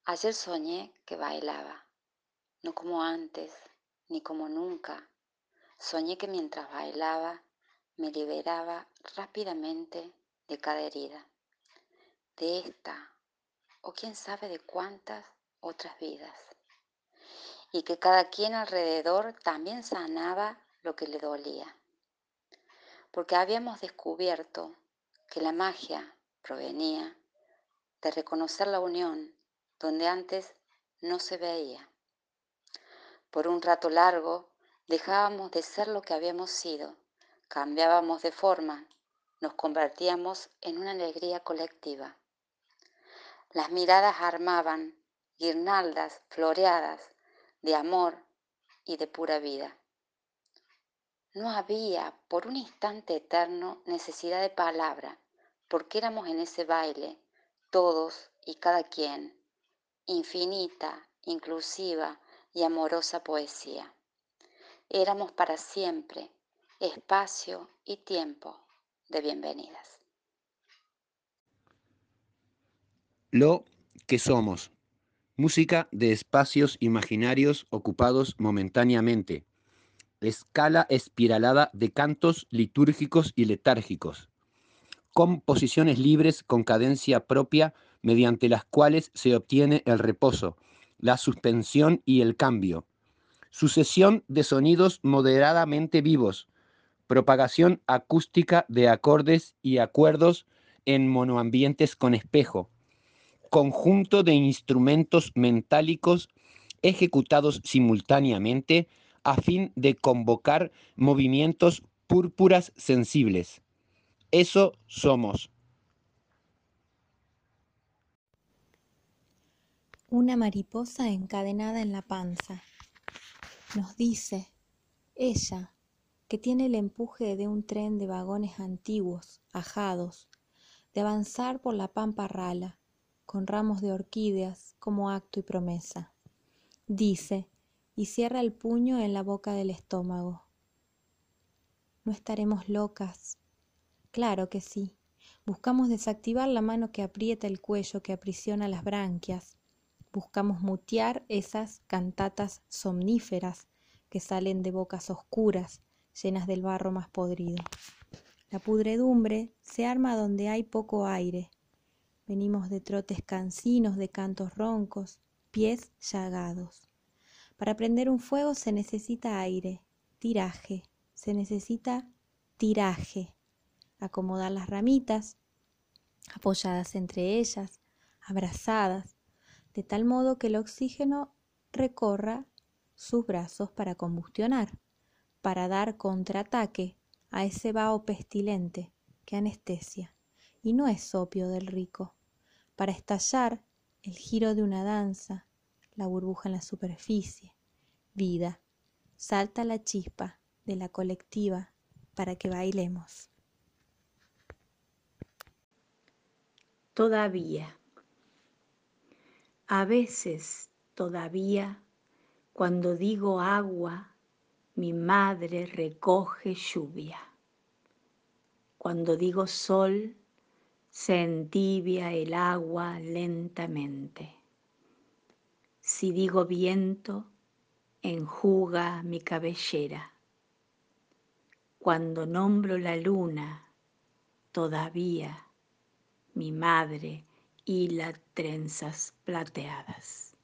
Ayer soñé que bailaba, no como antes, ni como nunca. Soñé que mientras bailaba me liberaba rápidamente de cada herida, de esta o quién sabe de cuántas otras vidas, y que cada quien alrededor también sanaba lo que le dolía, porque habíamos descubierto que la magia provenía de reconocer la unión donde antes no se veía. Por un rato largo dejábamos de ser lo que habíamos sido, cambiábamos de forma, nos convertíamos en una alegría colectiva. Las miradas armaban guirnaldas floreadas de amor y de pura vida. No había por un instante eterno necesidad de palabra, porque éramos en ese baile, todos y cada quien, infinita, inclusiva y amorosa poesía. Éramos para siempre espacio y tiempo de bienvenidas. Lo que somos. Música de espacios imaginarios ocupados momentáneamente. Escala espiralada de cantos litúrgicos y letárgicos. Composiciones libres con cadencia propia mediante las cuales se obtiene el reposo, la suspensión y el cambio. Sucesión de sonidos moderadamente vivos. Propagación acústica de acordes y acuerdos en monoambientes con espejo. Conjunto de instrumentos mentálicos ejecutados simultáneamente a fin de convocar movimientos púrpuras sensibles. Eso somos. Una mariposa encadenada en la panza. Nos dice, ella, que tiene el empuje de un tren de vagones antiguos, ajados, de avanzar por la pampa rala, con ramos de orquídeas como acto y promesa. Dice, y cierra el puño en la boca del estómago. ¿No estaremos locas? Claro que sí. Buscamos desactivar la mano que aprieta el cuello, que aprisiona las branquias. Buscamos mutear esas cantatas somníferas que salen de bocas oscuras, llenas del barro más podrido. La pudredumbre se arma donde hay poco aire. Venimos de trotes cansinos, de cantos roncos, pies llagados. Para prender un fuego se necesita aire, tiraje, se necesita tiraje. Acomodar las ramitas, apoyadas entre ellas, abrazadas, de tal modo que el oxígeno recorra sus brazos para combustionar, para dar contraataque a ese vaho pestilente que anestesia y no es opio del rico, para estallar el giro de una danza, la burbuja en la superficie, vida, salta la chispa de la colectiva para que bailemos. Todavía. A veces, todavía, cuando digo agua, mi madre recoge lluvia. Cuando digo sol, se entibia el agua lentamente. Si digo viento, enjuga mi cabellera. Cuando nombro la luna, todavía mi madre hila trenzas plateadas.